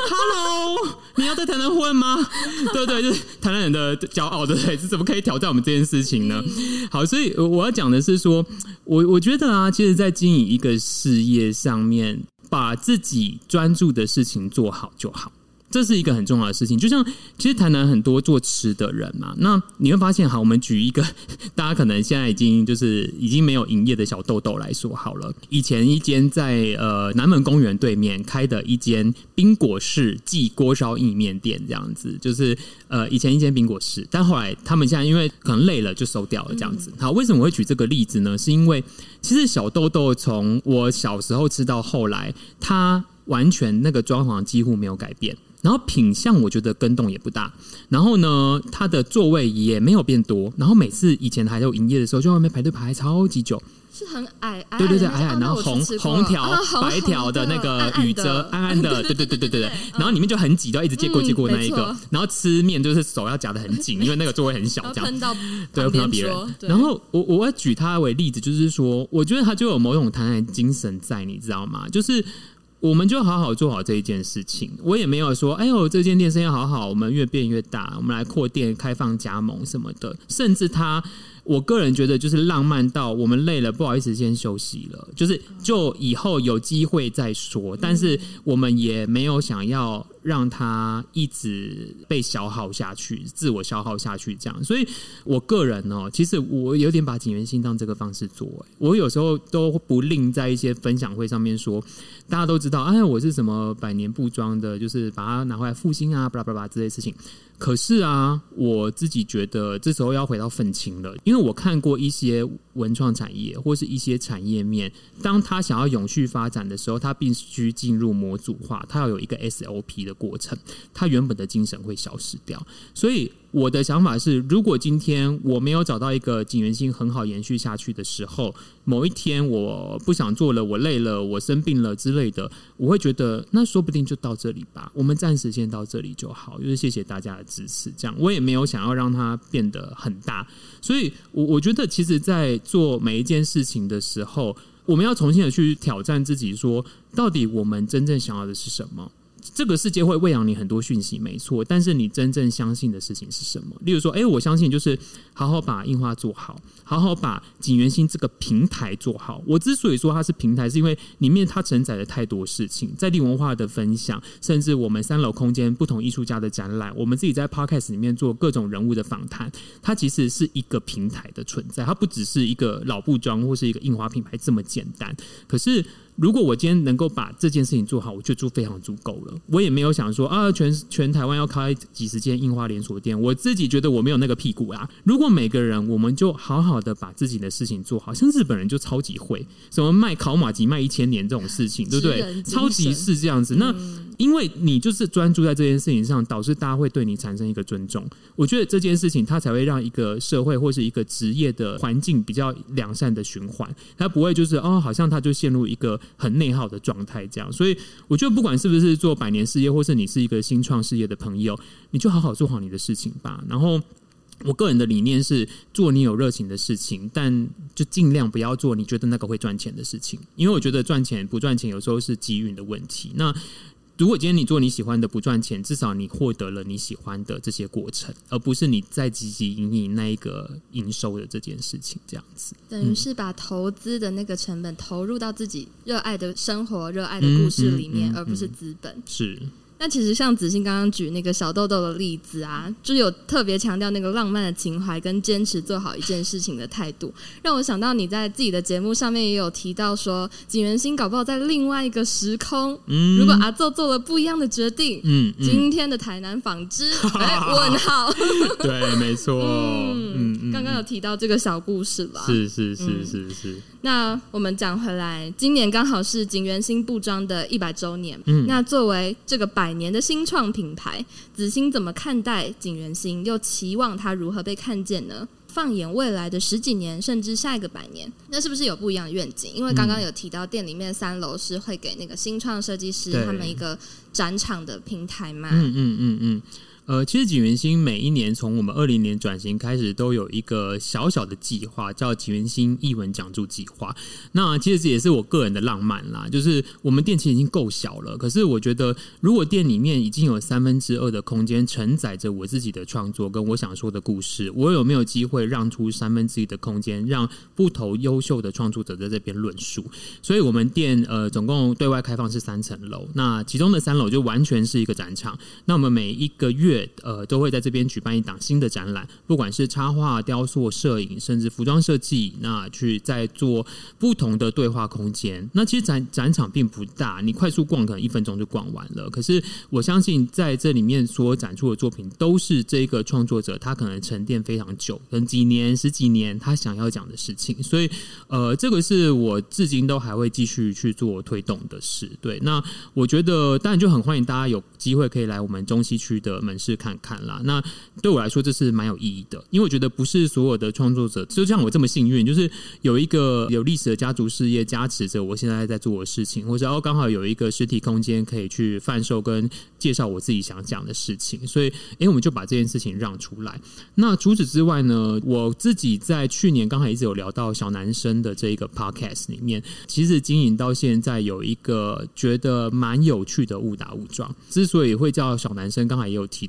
[SPEAKER 1] Hello， 你要在台南混吗？对对，就是台南人的骄傲，对不对？是怎么可以挑战我们这件事情呢？好，所以我要讲的是说，我我觉得啊，其实，在经营一个事业上面，把自己专注的事情做好就好。这是一个很重要的事情，就像其实台南很多做吃的人嘛，那你会发现，好，我们举一个大家可能现在已经就是已经没有营业的小豆豆来说好了。以前一间在呃南门公园对面开的一间冰果室暨锅烧意面店，这样子，就是呃以前一间冰果室，但后来他们现在因为可能累了就收掉了这样子。好，为什么我会举这个例子呢？是因为其实小豆豆从我小时候吃到后来，它完全那个装潢几乎没有改变。然后品相我觉得更动也不大，然后呢，它的座位也没有变多，然后每次以前还有营业的时候，就外面排队排超级久，
[SPEAKER 2] 是很矮矮，
[SPEAKER 1] 对对对，矮矮，然后红红条、
[SPEAKER 2] 啊、
[SPEAKER 1] 白条的那个雨遮，暗暗的，对对对对对对，然后里面就很挤，都要一直接过接过那一个，嗯、然后吃面就是手要夹得很紧，因为那个座位很小，这样
[SPEAKER 2] 喷到
[SPEAKER 1] 对喷到别人。然后我我要举它为例子，就是说，我觉得它就有某种台南精神在，你知道吗？就是我们就好好做好这一件事情，我也没有说，哎呦，这间店生意好好，我们越变越大，我们来扩店、开放加盟什么的。甚至他， 我个人觉得就是浪漫到我们累了不好意思先休息了，就是就以后有机会再说，但是我们也没有想要让它一直被消耗下去，自我消耗下去这样。所以我个人哦，其实我有点把锦源兴当这个方式做，我有时候都不吝在一些分享会上面说，大家都知道哎，我是什么百年布庄的，就是把它拿回来复兴啊巴拉巴拉这些事情。可是啊，我自己觉得这时候要回到愤青了，因为我看过一些文创产业或是一些产业面，当他想要永续发展的时候，他必须进入模组化，他要有一个 S O P 的过程，他原本的精神会消失掉。所以我的想法是，如果今天我没有找到一个锦源兴很好延续下去的时候，某一天我不想做了，我累了，我生病了之类的，我会觉得那说不定就到这里吧，我们暂时先到这里就好，就是谢谢大家的支持，这样我也没有想要让它变得很大。所以我我觉得其实在做每一件事情的时候，我们要重新的去挑战自己，说到底我们真正想要的是什么。这个世界会喂养你很多讯息没错，但是你真正相信的事情是什么？例如说哎，我相信就是好好把印花做好，好好把锦源兴这个平台做好。我之所以说它是平台，是因为里面它承载了太多事情，在地文化的分享，甚至我们三楼空间不同艺术家的展览，我们自己在 podcast 里面做各种人物的访谈，它其实是一个平台的存在，它不只是一个老布庄或是一个印花品牌这么简单。可是如果我今天能够把这件事情做好，我就做非常足够了。我也没有想说啊，全全台湾要开几十间印花连锁店，我自己觉得我没有那个屁股啊。如果每个人我们就好好的把自己的事情做好，像日本人就超级会，什么卖烤马吉卖一千年这种事情，对不对？超级是这样子。那因为你就是专注在这件事情上，导致大家会对你产生一个尊重。我觉得这件事情它才会让一个社会或是一个职业的环境比较良善的循环，它不会就是哦，好像它就陷入一个很内耗的状态这样。所以我觉得不管是不是做百年事业，或是你是一个新创事业的朋友，你就好好做好你的事情吧。然后我个人的理念是做你有热情的事情，但就尽量不要做你觉得那个会赚钱的事情，因为我觉得赚钱不赚钱有时候是机运的问题。那如果今天你做你喜欢的不赚钱，至少你获得了你喜欢的这些过程，而不是你在汲汲营营那一个营收的这件事情这样子。
[SPEAKER 2] 等于是把投资的那个成本投入到自己热爱的生活、热爱的故事里面，嗯嗯嗯嗯、而不是资本。
[SPEAKER 1] 是。
[SPEAKER 2] 那其实像子欣刚刚举那个小豆豆的例子啊，就有特别强调那个浪漫的情怀跟坚持做好一件事情的态度，让我想到你在自己的节目上面也有提到说，锦源兴搞不好在另外一个时空，嗯、如果阿奏做了不一样的决定，嗯嗯、今天的台南纺织哎问号
[SPEAKER 1] 对，没错。嗯嗯，
[SPEAKER 2] 刚刚有提到这个小故事吧？
[SPEAKER 1] 是是是是是。嗯、
[SPEAKER 2] 那我们讲回来，今年刚好是锦源兴布庄的一百周年，嗯、那作为这个百年的新创品牌，子欣怎么看待锦源兴，又期望它如何被看见呢？放眼未来的十几年，甚至下一个百年，那是不是有不一样的愿景？因为刚刚有提到店里面三楼是会给那个新创设计师他们一个展场的平台嘛？
[SPEAKER 1] 嗯嗯嗯嗯。呃，其实锦源兴每一年从我们二零年转型开始，都有一个小小的计划，叫锦源兴艺文讲座计划。那其实这也是我个人的浪漫啦，就是我们店其实已经够小了，可是我觉得如果店里面已经有三分之二的空间承载着我自己的创作跟我想说的故事，我有没有机会让出三分之一的空间，让不同优秀的创作者在这边论述？所以我们店呃总共对外开放是三层楼，那其中的三楼就完全是一个展场。那我们每一个月呃，都会在这边举办一档新的展览，不管是插画、雕塑、摄影，甚至服装设计，那去再做不同的对话空间。那其实展展场并不大，你快速逛可能一分钟就逛完了。可是我相信在这里面所展出的作品，都是这个创作者他可能沉淀非常久，可能几年、十几年他想要讲的事情。所以呃，这个是我至今都还会继续去做推动的事。对，那我觉得当然就很欢迎大家有机会可以来我们中西区的门市看看啦。那对我来说这是蛮有意义的，因为我觉得不是所有的创作者就像我这么幸运，就是有一个有历史的家族事业加持着我现在在做的事情，或者哦刚好有一个实体空间可以去贩售跟介绍我自己想讲的事情，所以哎我们就把这件事情让出来。那除此之外呢，我自己在去年刚才一直有聊到小男生的这一个 podcast 里面，其实经营到现在有一个觉得蛮有趣的误打误撞。之所以会叫小男生，刚才也有提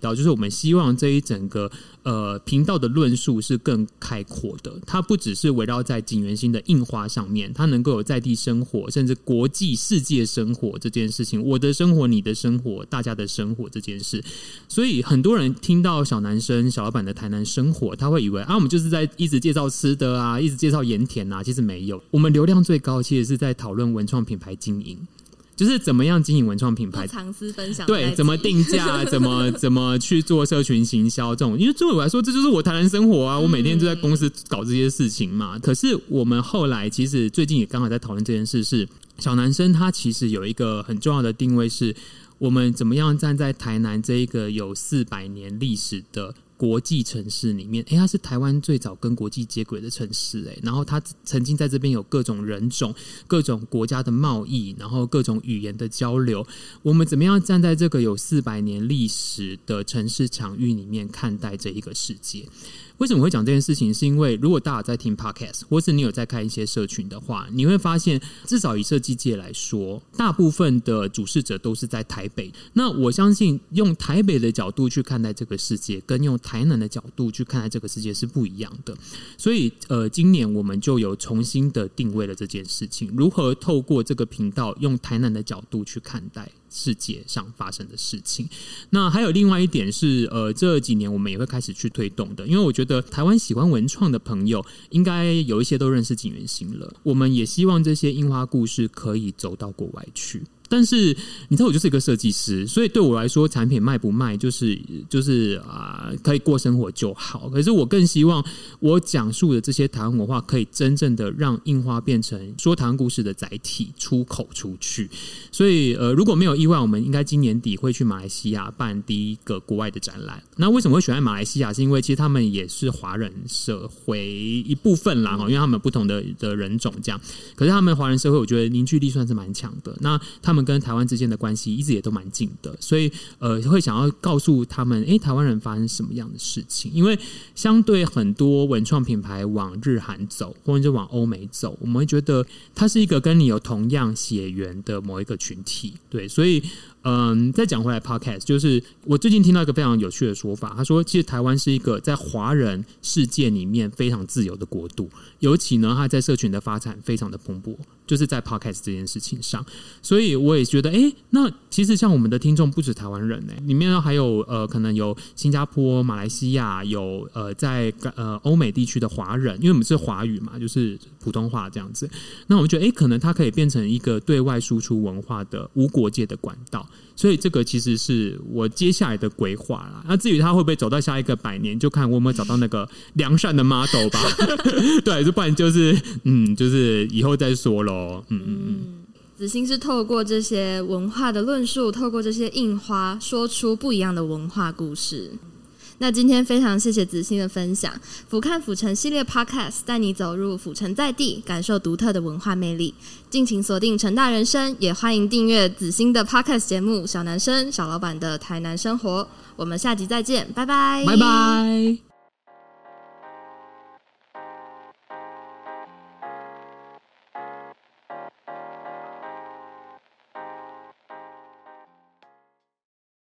[SPEAKER 1] 到，就是我们希望这一整个呃频道的论述是更开阔的，它不只是围绕在锦源兴的印花上面，它能够有在地生活，甚至国际世界生活这件事情，我的生活、你的生活、大家的生活这件事。所以很多人听到小男生、小老板的台南生活，他会以为啊，我们就是在一直介绍吃的啊，一直介绍盐田啊，其实没有。我们流量最高，其实是在讨论文创品牌经营。就是怎么样经营文创品牌，
[SPEAKER 2] 不藏私分享，
[SPEAKER 1] 对，怎么定价，怎么怎么去做社群行销这种，因为对我来说，这就是我台南生活啊，我每天就在公司搞这些事情嘛。嗯、可是我们后来其实最近也刚好在讨论这件事是，小男生他其实有一个很重要的定位是，我们怎么样站在台南这一个有四百年历史的国际城市里面，哎，它是台湾最早跟国际接轨的城市，哎，然后它曾经在这边有各种人种、各种国家的贸易，然后各种语言的交流。我们怎么样站在这个有四百年历史的城市场域里面看待这一个世界？为什么会讲这件事情？是因为如果大家在听 podcast， 或是你有在看一些社群的话，你会发现，至少以设计界来说，大部分的主事者都是在台北。那我相信，用台北的角度去看待这个世界，跟用台南的角度去看待这个世界是不一样的。所以，呃，今年我们就有重新的定位了这件事情，如何透过这个频道，用台南的角度去看待世界上发生的事情。那还有另外一点是，呃，这几年我们也会开始去推动的，因为我觉得台湾喜欢文创的朋友，应该有一些都认识锦源兴了。我们也希望这些印花故事可以走到国外去。但是你知道我就是一个设计师，所以对我来说产品卖不卖就是就是啊、呃，可以过生活就好。可是我更希望我讲述的这些台湾文化可以真正的让印花变成说台湾故事的载体，出口出去。所以呃，如果没有意外，我们应该今年底会去马来西亚办第一个国外的展览。那为什么会选在马来西亚？是因为其实他们也是华人社会一部分啦，因为他们有不同的的人种这样。可是他们华人社会，我觉得凝聚力算是蛮强的。那他们跟台湾之间的关系一直也都蛮近的，所以呃会想要告诉他们，哎，台湾人发生什么样的事情？因为相对很多文创品牌往日韩走，或者是往欧美走，我们会觉得它是一个跟你有同样血缘的某一个群体，对，所以。嗯，再讲回来 podcast， 就是我最近听到一个非常有趣的说法，他说其实台湾是一个在华人世界里面非常自由的国度，尤其呢它在社群的发展非常的蓬勃，就是在 podcast 这件事情上。所以我也觉得，哎，那其实像我们的听众不止台湾人呢，里面还有呃可能有新加坡、马来西亚，有呃在呃欧美地区的华人，因为我们是华语嘛，就是普通话这样子。那我们觉得，哎，可能它可以变成一个对外输出文化的无国界的管道。所以这个其实是我接下来的规划啦。那至于他会不会走到下一个百年，就看我有没有找到那个良善的 model 吧。对，不然就是嗯，就是以后再说咯。嗯嗯嗯。
[SPEAKER 2] 子兴是透过这些文化的论述，透过这些印花，说出不一样的文化故事。那今天非常谢谢子兴的分享，俯瞰府城系列 Podcast 带你走入府城在地，感受独特的文化魅力。敬请锁定成大人生，也欢迎订阅子兴的 Podcast 节目《小男生小老板的台南生活》。我们下集再见，拜拜，
[SPEAKER 1] 拜拜。